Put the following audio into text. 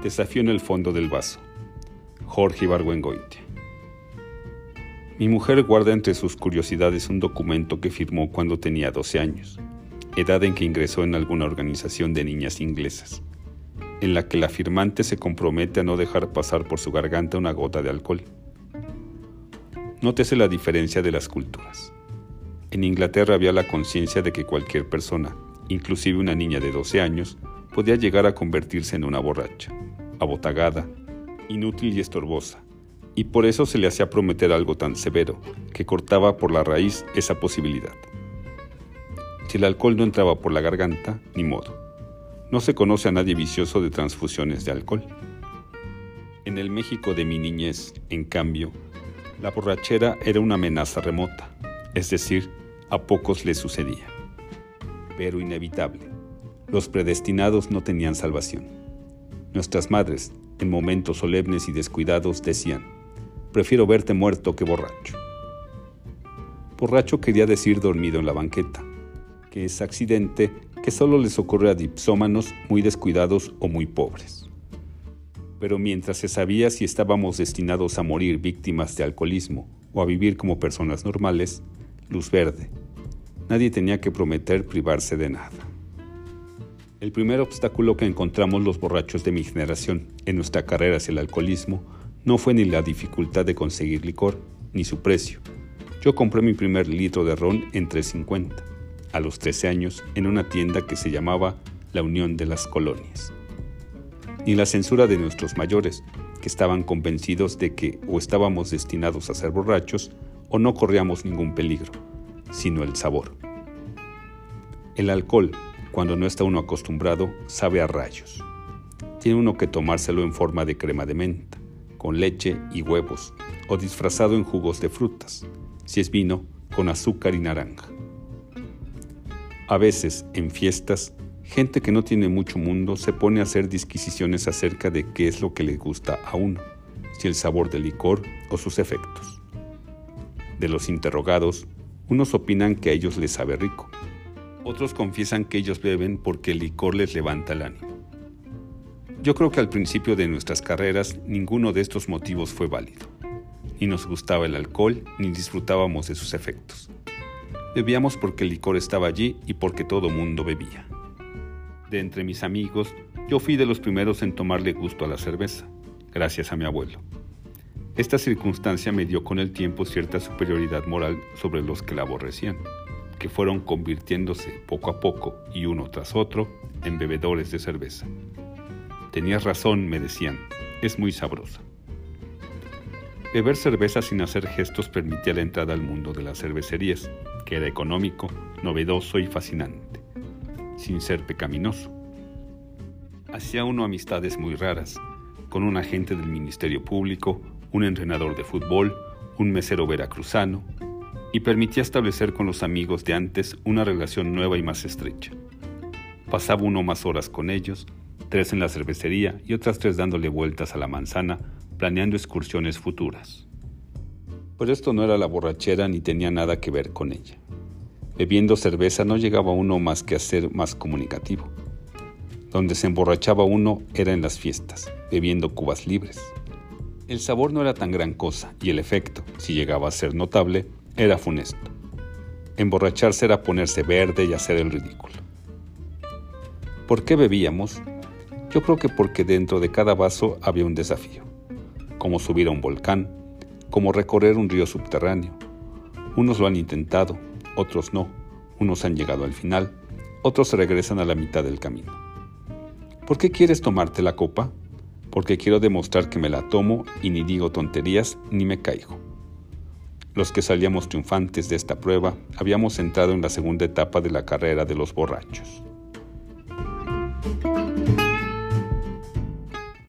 Desafío en el fondo del vaso. Jorge Ibargüengoitia. Mi mujer guarda entre sus curiosidades un documento que firmó cuando tenía 12 años, edad en que ingresó en alguna organización de niñas inglesas, en la que la firmante se compromete a no dejar pasar por su garganta una gota de alcohol. Nótese la diferencia de las culturas. En Inglaterra había la conciencia de que cualquier persona, inclusive una niña de 12 años, podía llegar a convertirse en una borracha, abotagada, inútil y estorbosa, y por eso se le hacía prometer algo tan severo que cortaba por la raíz esa posibilidad. Si el alcohol no entraba por la garganta, ni modo. No se conoce a nadie vicioso de transfusiones de alcohol. En el México de mi niñez, en cambio, la borrachera era una amenaza remota, es decir, a pocos les sucedía. Pero inevitable. Los predestinados no tenían salvación. Nuestras madres, en momentos solemnes y descuidados, decían: prefiero verte muerto que borracho. Borracho quería decir dormido en la banqueta, que es accidente que solo les ocurre a dipsómanos muy descuidados o muy pobres. Pero mientras se sabía si estábamos destinados a morir víctimas de alcoholismo o a vivir como personas normales, luz verde. Nadie tenía que prometer privarse de nada. El primer obstáculo que encontramos los borrachos de mi generación en nuestra carrera hacia el alcoholismo no fue ni la dificultad de conseguir licor, ni su precio. Yo compré mi primer litro de ron en $3.50, a los 13 años, en una tienda que se llamaba La Unión de las Colonias. Ni la censura de nuestros mayores, que estaban convencidos de que o estábamos destinados a ser borrachos o no corríamos ningún peligro, sino el sabor. El alcohol, cuando no está uno acostumbrado, sabe a rayos. Tiene uno que tomárselo en forma de crema de menta, con leche y huevos, o disfrazado en jugos de frutas, si es vino, con azúcar y naranja. A veces, en fiestas, gente que no tiene mucho mundo se pone a hacer disquisiciones acerca de qué es lo que le gusta a uno, si el sabor del licor o sus efectos. De los interrogados, unos opinan que a ellos les sabe rico. Otros confiesan que ellos beben porque el licor les levanta el ánimo. Yo creo que al principio de nuestras carreras ninguno de estos motivos fue válido. Ni nos gustaba el alcohol, ni disfrutábamos de sus efectos. Bebíamos porque el licor estaba allí y porque todo mundo bebía. De entre mis amigos, yo fui de los primeros en tomarle gusto a la cerveza, gracias a mi abuelo. Esta circunstancia me dio con el tiempo cierta superioridad moral sobre los que la aborrecían, que fueron convirtiéndose poco a poco y uno tras otro en bebedores de cerveza. Tenías razón, me decían, es muy sabrosa. Beber cerveza sin hacer gestos permitía la entrada al mundo de las cervecerías, que era económico, novedoso y fascinante, sin ser pecaminoso. Hacía uno amistades muy raras, con un agente del Ministerio Público, un entrenador de fútbol, un mesero veracruzano, y permitía establecer con los amigos de antes una relación nueva y más estrecha. Pasaba uno más horas con ellos, 3 en la cervecería y otras 3 dándole vueltas a la manzana, planeando excursiones futuras. Pero esto no era la borrachera ni tenía nada que ver con ella. Bebiendo cerveza no llegaba uno más que a ser más comunicativo. Donde se emborrachaba uno era en las fiestas, bebiendo cubas libres. El sabor no era tan gran cosa y el efecto, si llegaba a ser notable, era funesto. Emborracharse era ponerse verde y hacer el ridículo. ¿Por qué bebíamos? Yo creo que porque dentro de cada vaso había un desafío. Como subir a un volcán, como recorrer un río subterráneo. Unos lo han intentado, otros no. Unos han llegado al final, otros se regresan a la mitad del camino. ¿Por qué quieres tomarte la copa? Porque quiero demostrar que me la tomo y ni digo tonterías ni me caigo. Los que salíamos triunfantes de esta prueba habíamos entrado en la segunda etapa de la carrera de los borrachos.